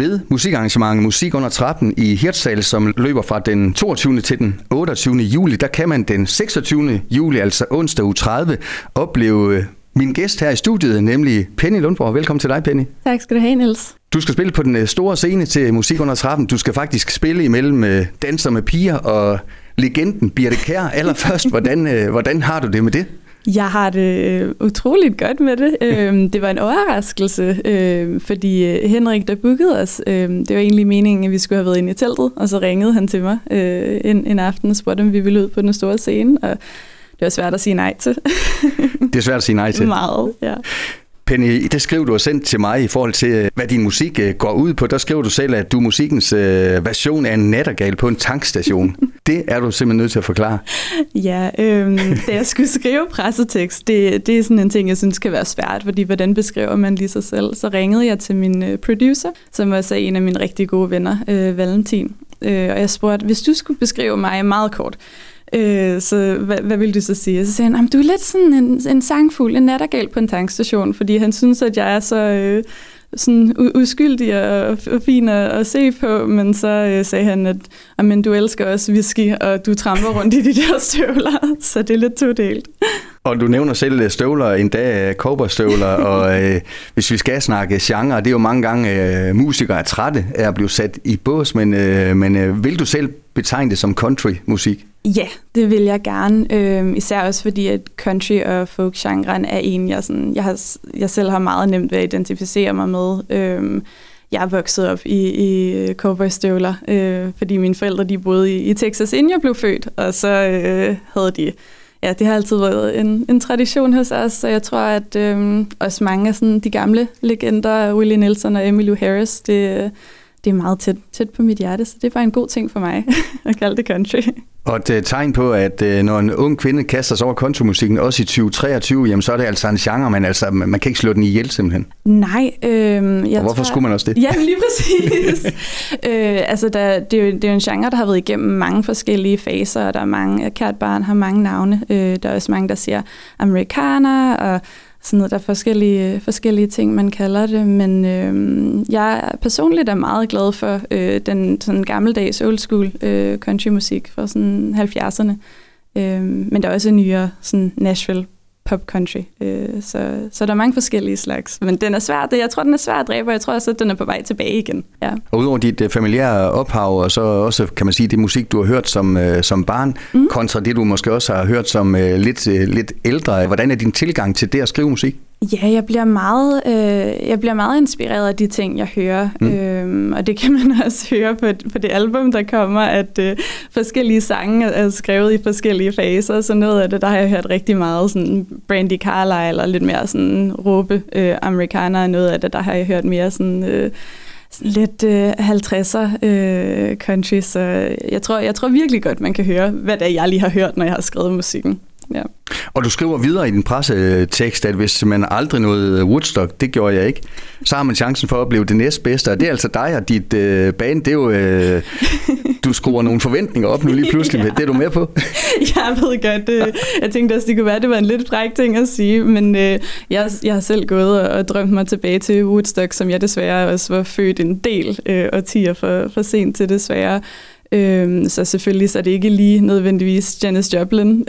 ved musikarrangementet Musik under trappen i Hirtshals, som løber fra den 22. til den 28. juli. Der kan man den 26. juli, altså onsdag uge 30, opleve min gæst her i studiet, nemlig Penny Lundborg. Velkommen til dig, Penny. Tak skal du have, Niels. Du skal spille på den store scene til Musik under trappen. Du skal faktisk spille imellem Danser med piger og legenden Birthe Kjær. Allerførst, hvordan har du det med det? Jeg har det utroligt godt med det. Det var en overraskelse, fordi Henrik, der bookede os, det var egentlig meningen, at vi skulle have været inde i teltet, og så ringede han til mig en aften og spurgte, om vi ville ud på den store scene, og det var svært at sige nej til. Det er svært at sige nej til? Meget, ja. Penny, det skrev du og sendt til mig i forhold til, hvad din musik går ud på. Der skrev du selv, at du er musikkens version af en nattergal på en tankstation. Det er du simpelthen nødt til at forklare. Ja, da jeg skulle skrive pressetekst, det er sådan en ting, jeg synes kan være svært, fordi hvordan beskriver man lige sig selv? Så ringede jeg til min producer, som også er en af mine rigtig gode venner, Valentin. Og jeg spurgte, hvis du skulle beskrive mig meget kort, så hvad vil du så sige? Så sagde han, du er lidt sådan en sangfugl, en nattergal på en tankstation, fordi han synes, at jeg er så sådan uskyldig og fin at se på, men så sagde han, at du elsker også whisky, og du tramper rundt i de der støvler, så det er lidt todelt. Og du nævner selv støvler, endda cowboystøvler, og hvis vi skal snakke genre, det er jo mange gange musikere er trætte af at blive sat i bås, men vil du selv betegne det som country-musik? Ja, det vil jeg gerne, især også fordi, at country- og folk-genren er en, jeg selv har meget nemt ved at identificere mig med. Jeg er vokset op i cowboystøvler, fordi mine forældre de boede i Texas, inden jeg blev født, og så havde de... Ja, det har altid været en tradition hos os, så jeg tror, at også mange af sådan, de gamle legender, Willie Nelson og Emmylou Harris, det er meget tæt på mit hjerte, så det er bare en god ting for mig at kalde det country. Og et tegn på, at når en ung kvinde kaster sig over countrymusikken, også i 2023, jamen så er det altså en genre, men altså, man kan ikke slå den ihjel simpelthen. Nej. Og hvorfor skulle man også det? Ja, lige præcis. Det er jo en genre, der har været igennem mange forskellige faser, og der er mange, kært barn har mange navne. Der er også mange, der siger amerikaner, og sådan noget, der er forskellige ting, man kalder det, men jeg personligt er meget glad for den sådan gammeldags old school countrymusik fra sådan 70'erne, men der er også nyere sådan Nashville pop country, så der er mange forskellige slags, men den er svær, jeg tror den er svær at dræbe, og jeg tror også, at den er på vej tilbage igen. Ja. Og udover dit familiære ophav, og så også, kan man sige, det musik, du har hørt som barn, kontra det, du måske også har hørt som lidt ældre, hvordan er din tilgang til det at skrive musik? Ja, jeg bliver meget inspireret af de ting, jeg hører, og det kan man også høre på det album, der kommer, at forskellige sange er skrevet i forskellige faser, så noget af det, der har jeg hørt rigtig meget, sådan Brandi Carlile, og lidt mere sådan råbe amerikaner, noget af det, der har jeg hørt mere sådan... lidt 50'er country, så jeg tror virkelig godt, man kan høre, hvad det er, jeg lige har hørt, når jeg har skrevet musikken. Ja. Og du skriver videre i din pressetekst, at hvis man aldrig nåede Woodstock, det gjorde jeg ikke, så har man chancen for at blive det næstbedste, og det er altså dig og dit band, det er jo, du skruer nogle forventninger op nu lige pludselig, ja. Det er du med på? Jeg ved godt, jeg tænkte også, det kunne være, det var en lidt fræk ting at sige, men jeg har selv gået og drømt mig tilbage til Woodstock, som jeg desværre også var født en del årtier for sent til desværre. Så selvfølgelig så er det ikke lige nødvendigvis Janis Joplin,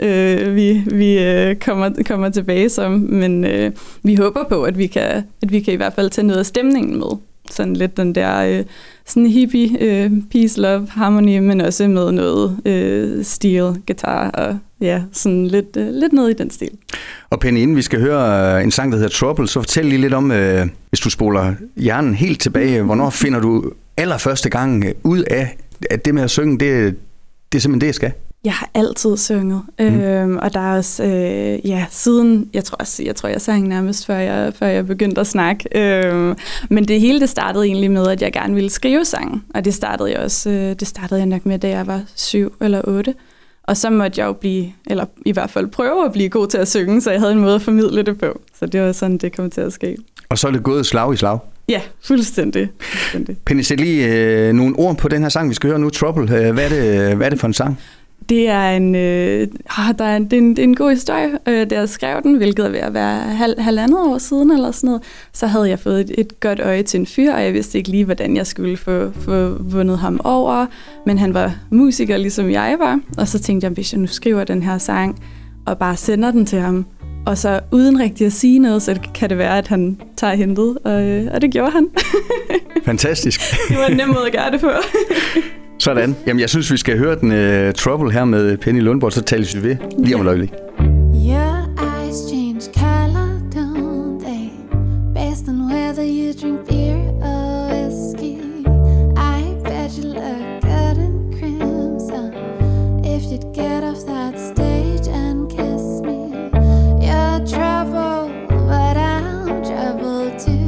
vi kommer tilbage som, men vi håber på, at vi kan i hvert fald tage noget af stemningen med. Sådan lidt den der sådan hippie, peace, love, harmony, men også med noget steel, guitar og ja, sådan lidt noget i den stil. Og Penny, inden vi skal høre en sang, der hedder Trouble, så fortæl lige lidt om, hvis du spoler hjernen helt tilbage, hvornår finder du allerførste gang ud af, at det med at synge, det er simpelthen det, jeg skal? Jeg har altid sunget, og der er også, siden, jeg tror, jeg sang nærmest, før jeg begyndte at snakke. Men det hele, det startede egentlig med, at jeg gerne ville skrive sang, og det startede jeg nok med, da jeg var 7 eller 8. Og så måtte jeg jo blive, eller i hvert fald prøve at blive god til at synge, så jeg havde en måde at formidle det på. Så det var sådan, det kom til at ske. Og så er det gået slag i slag? Ja, fuldstændig. Penny, sæt lige nogle ord på den her sang, vi skal høre nu, Trouble. Hvad er det for en sang? Det er en god historie. Da jeg skrev den, hvilket er ved at være halvandet år siden eller sådan noget, så havde jeg fået et godt øje til en fyr, og jeg vidste ikke lige, hvordan jeg skulle få vundet ham over. Men han var musiker, ligesom jeg var. Og så tænkte jeg, hvis jeg nu skriver den her sang, og bare sender den til ham, og så uden rigtig at sige noget, så kan det være, at han tager hentet. Og det gjorde han. Fantastisk. Det var en nem måde at gøre det på. Sådan. Jamen, jeg synes, vi skal høre den Trouble her med Penny Lundborg, så tales vi ved lige om et øjeblik. Your eyes change color, don't they? Based on whether you drink beer or whiskey. I bet you look good in crimson if you'd get off that stage and kiss me. You're trouble, but I'm trouble too.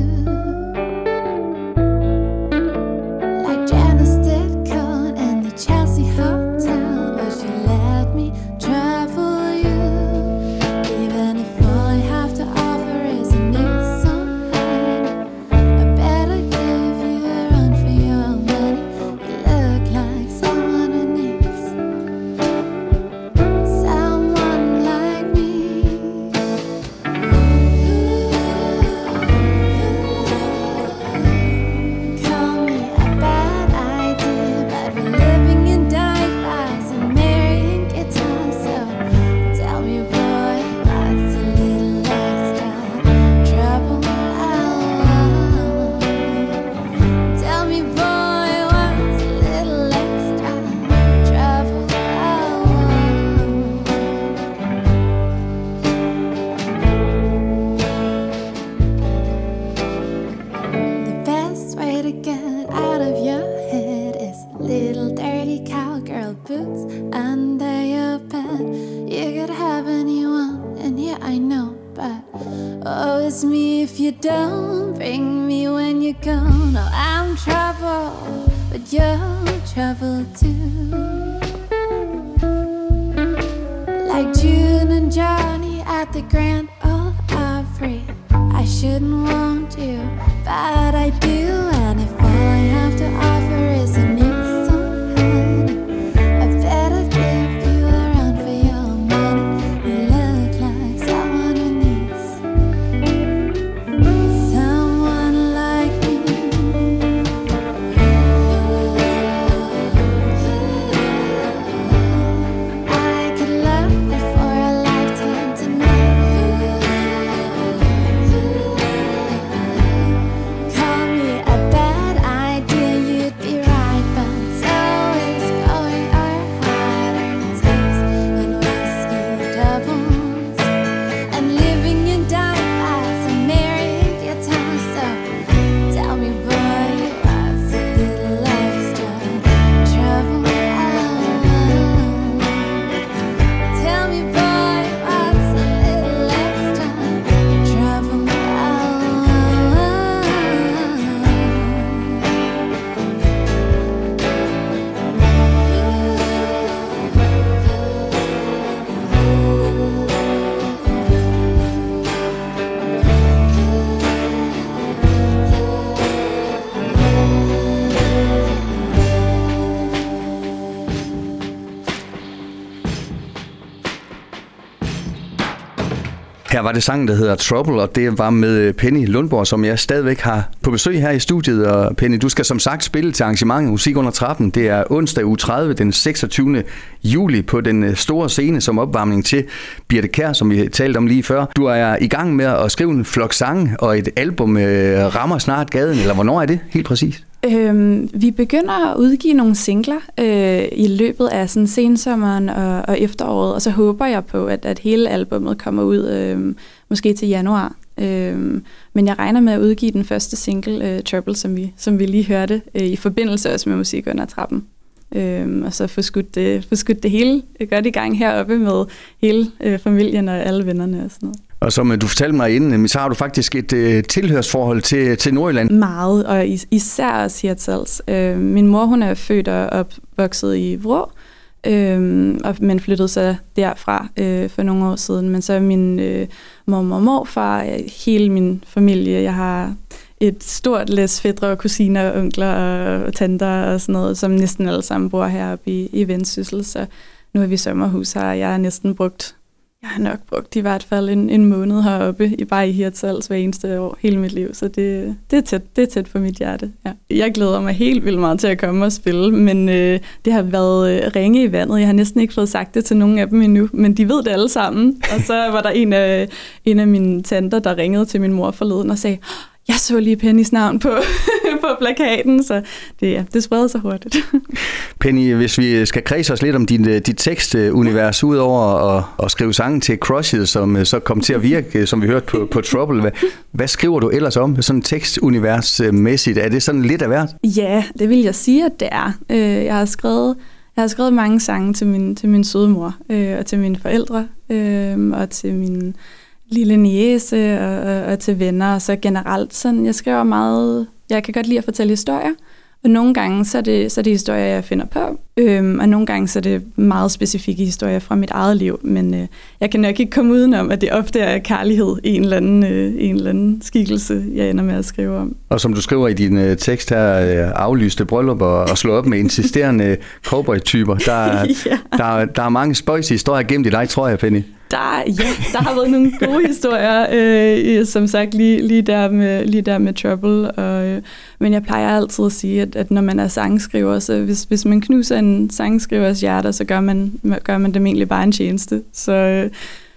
Her var det sangen, der hedder Trouble, og det var med Penny Lundborg, som jeg stadigvæk har på besøg her i studiet. Og Penny, du skal som sagt spille til arrangementet Musik under trappen. Det er onsdag uge 30, den 26. juli på den store scene som opvarmning til Birthe Kjær, som vi talte om lige før. Du er i gang med at skrive en flok sange, og et album rammer snart gaden, eller hvornår er det helt præcis? Vi begynder at udgive nogle singler i løbet af sådan sensommeren og efteråret, og så håber jeg på, at hele albummet kommer ud måske til januar. Men jeg regner med at udgive den første single, Trouble, som vi lige hørte, i forbindelse også med Musik under trappen. Og så få skudt det hele godt i gang heroppe med hele familien og alle vennerne og sådan noget. Og som du fortalte mig inden, så har du faktisk et tilhørsforhold til Nordjylland. Meget, og især også Hirtshals. Min mor, hun er født og opvokset i Vrå, men flyttede så derfra for nogle år siden. Men så min mormor og morfar, hele min familie, jeg har et stort læs fædre og kusiner og onkler og tanter og sådan noget, som næsten alle sammen bor heroppe i Vendsyssel. Så nu er vi sommerhus her, og jeg har nok brugt i hvert fald en måned heroppe, bare i Hirtshals hver eneste år, hele mit liv, så det er tæt på mit hjerte. Ja. Jeg glæder mig helt vildt meget til at komme og spille, men det har været ringe i vandet. Jeg har næsten ikke fået sagt det til nogen af dem endnu, men de ved det alle sammen. Og så var der en af mine tanter, der ringede til min mor forleden og sagde, jeg så lige Pennys navn på plakaten, så det spreder sig hurtigt. Penny, hvis vi skal kredse os lidt om dit tekstunivers, udover at skrive sange til Crushed, som så kom til at virke, som vi hørte på Trouble, hvad skriver du ellers om, sådan tekstuniversmæssigt? Er det sådan lidt af hvert? Ja, det vil jeg sige, at det er. Jeg har skrevet mange sange til min søde mor, og til mine forældre, og til min lille niece og til venner, og så generelt sådan, jeg skriver meget, jeg kan godt lide at fortælle historier, og nogle gange så er det historier, jeg finder på, og nogle gange så er det meget specifikke historier fra mit eget liv, men jeg kan nok ikke komme udenom, at det ofte er kærlighed i en eller anden skikkelse, jeg ender med at skrive om. Og som du skriver i din tekst her, aflyste bryllupper og slå op med insisterende cowboy-typer, der er mange spøjs historier gemt i dig, tror jeg, Penny. Der har været nogle gode historier, som sagt lige der med Trouble, men jeg plejer altid at sige, at når man er sangskriver, så hvis man knuser en sangskrivers hjerter, så gør man dem egentlig bare en tjeneste. Så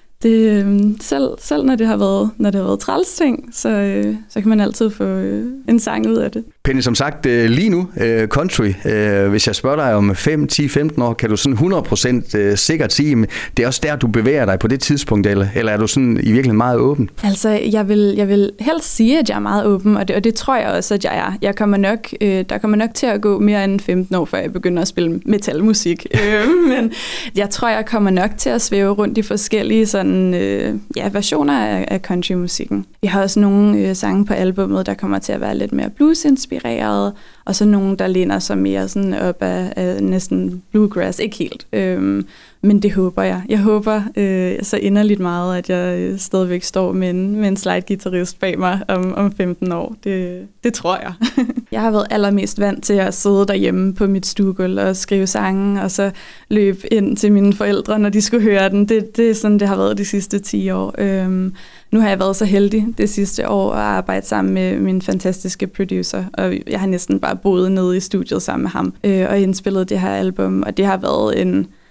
selv når det har været træls ting, så kan man altid få en sang ud af det. Penny, som sagt, lige nu, country, hvis jeg spørger dig om 5, 10, 15 år, kan du sådan 100% sikkert sige, at det er også der, du bevæger dig på det tidspunkt, eller er du sådan i virkeligheden meget åben? Altså, jeg vil helst sige, at jeg er meget åben, og det tror jeg også, at jeg er. Der kommer nok til at gå mere end 15 år, før jeg begynder at spille metalmusik, men jeg tror, jeg kommer nok til at svæve rundt i forskellige sådan, versioner af countrymusikken. Vi har også nogle sange på albummet, der kommer til at være lidt mere blues-inspireret, og så nogle, der læner sig mere sådan op af næsten bluegrass. Ikke helt, men det håber jeg. Jeg håber så inderligt meget, at jeg stadigvæk står med en slide-guitarist bag mig om 15 år. Det tror jeg. Jeg har været allermest vant til at sidde derhjemme på mit stuegulv og skrive sange, og så løbe ind til mine forældre, når de skulle høre den. Det er sådan, det har været de sidste 10 år. Nu har jeg været så heldig det sidste år at arbejde sammen med min fantastiske producer, og jeg har næsten bare boet nede i studiet sammen med ham og indspillet det her album, og det har været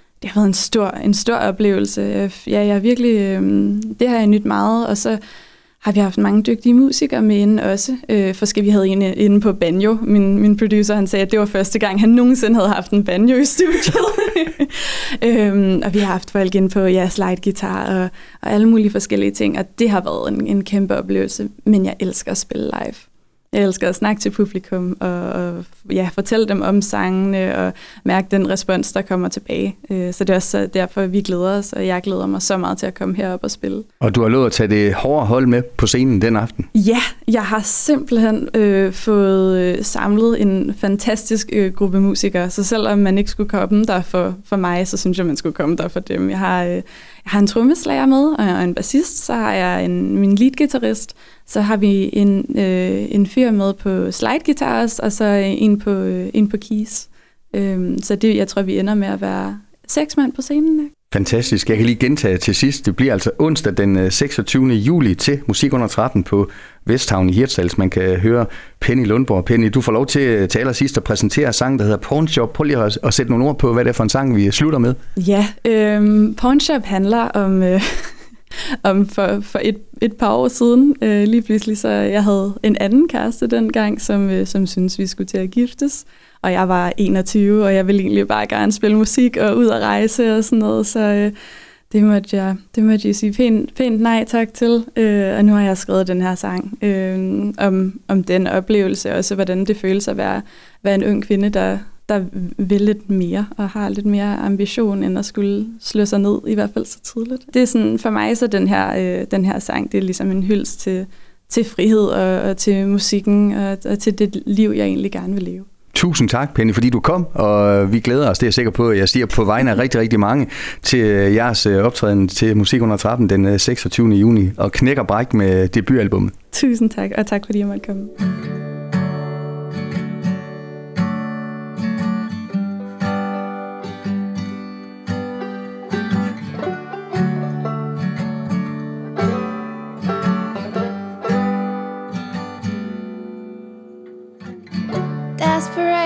en stor oplevelse. Jeg er virkelig, det har jeg nydt meget, og så har vi haft mange dygtige musikere med inde også. Vi havde en inde på banjo. Min producer, han sagde, at det var første gang, han nogensinde havde haft en banjo i studiet. Og vi har haft folk inde på slide-guitar og alle mulige forskellige ting, og det har været en kæmpe oplevelse. Men jeg elsker at spille live. Jeg elsker at snakke til publikum og fortælle dem om sangene og mærke den respons, der kommer tilbage. Så det er også derfor, vi glæder os, og jeg glæder mig så meget til at komme herop og spille. Og du har lovet at tage det hårde hold med på scenen den aften? Ja, jeg har simpelthen fået samlet en fantastisk gruppe musikere, så selvom man ikke skulle komme der for mig, så synes jeg, man skulle komme der for dem. Jeg har en trommeslager med, og en bassist, så har jeg min leadguitarist, så har vi en fyr med på slide-guitars, og så en på keys. Så jeg tror, vi ender med at være 6 mand på scenen. Fantastisk. Jeg kan lige gentage til sidst. Det bliver altså onsdag den 26. juli til Musik under 13 på Vesthavn i Hirtshals. Man kan høre Penny Lundborg. Penny, du får lov til allersidst at præsentere sangen, der hedder Pawn Shop. Prøv lige at sætte nogle ord på, hvad det er for en sang, vi slutter med. Ja, Pawn Shop handler om for et par år siden, lige pludselig, så jeg havde en anden kæreste dengang, som syntes, vi skulle til at giftes. Og jeg var 21, og jeg ville egentlig bare gerne spille musik og ud og rejse og sådan noget, så det måtte jeg sige pænt nej tak til. Og nu har jeg skrevet den her sang om den oplevelse, også hvordan det føles at være en ung kvinde, der vil lidt mere og har lidt mere ambition, end at skulle slå sig ned, i hvert fald så tidligt. Det er sådan, for mig så den her sang, det er ligesom en hyldest til frihed og til musikken og til det liv, jeg egentlig gerne vil leve. Tusind tak, Penny, fordi du kom, og vi glæder os, det er jeg sikker på, jeg siger på vegne af rigtig, rigtig mange, til jeres optræden til Musik under 13 den 26. juni, og knæk og bræk med debutalbummet. Tusind tak, og tak fordi jeg måtte komme.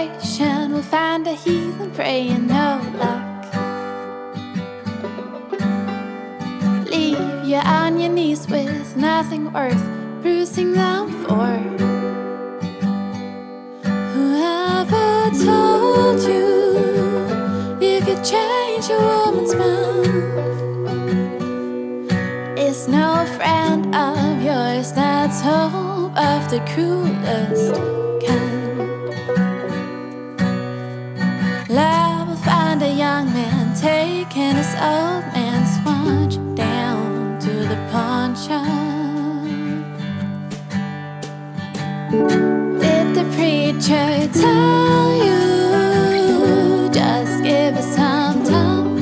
generation will find a heathen praying no luck. Leave you on your knees with nothing worth bruising them for. Whoever told you you could change a woman's mind is no friend of yours. That's hope of the cruelest kind. Love will find a young man taking his old man's watch down to the pawn shop. Did the preacher tell you just give us some time?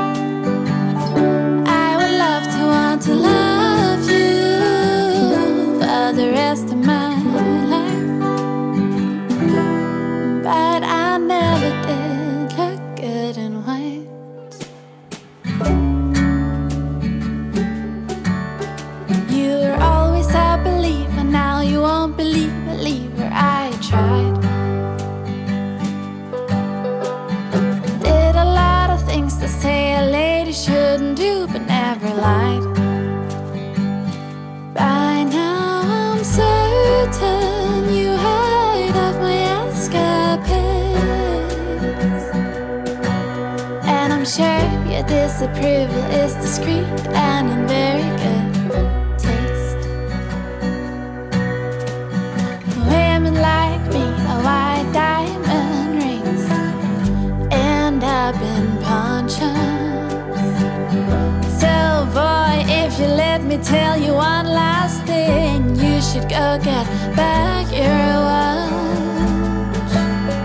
I would love to want to love you for the rest of my life, but I never did look good in white. You were always a believer, now you won't believe where I tried. Did a lot of things to say a lady shouldn't do, but never lied. By now I'm certain you heard of my escapades, and I'm sure your disapproval is discreet and in very good taste. Women like me, a white diamond rings end up in pawn shops. So boy, if you let me tell you one last thing, you should go get back your watch.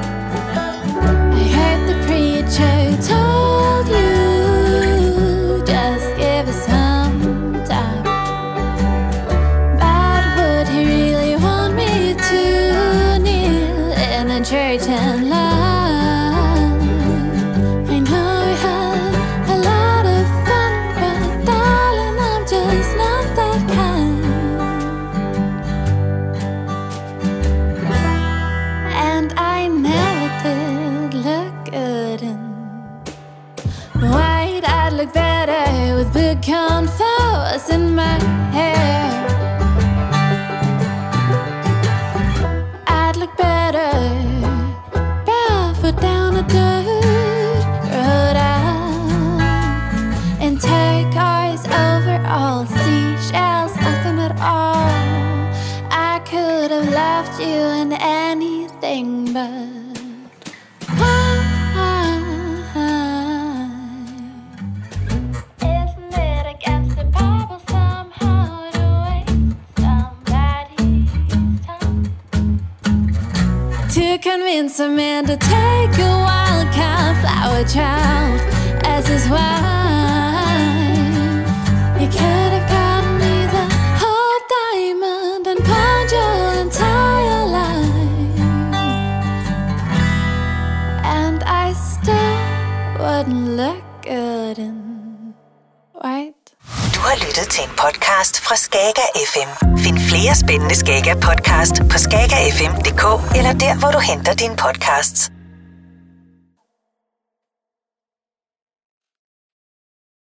I heard the preacher told you just give us some time, but would he really want me to kneel in a church and lie? I know we had a lot of fun, but darling, I'm just not that kind. And I never did look good in white. I'd look better with pecan flowers in my hair. I'd look better barefoot down a dirt road out in turquoise overalls, seashells, nothing at all. I could have loved you in anything but isn't it against the Bible somehow to waste somebody's time? To convince a man to take a wild flower child as his wife, you could have gotten me the whole diamond and pawned your entire life, and I still wouldn't look good in white. Du har lyttet til en podcast fra Skaga FM. Find flere spændende Skaga podcast på skagafm.dk eller der, hvor du henter dine podcasts.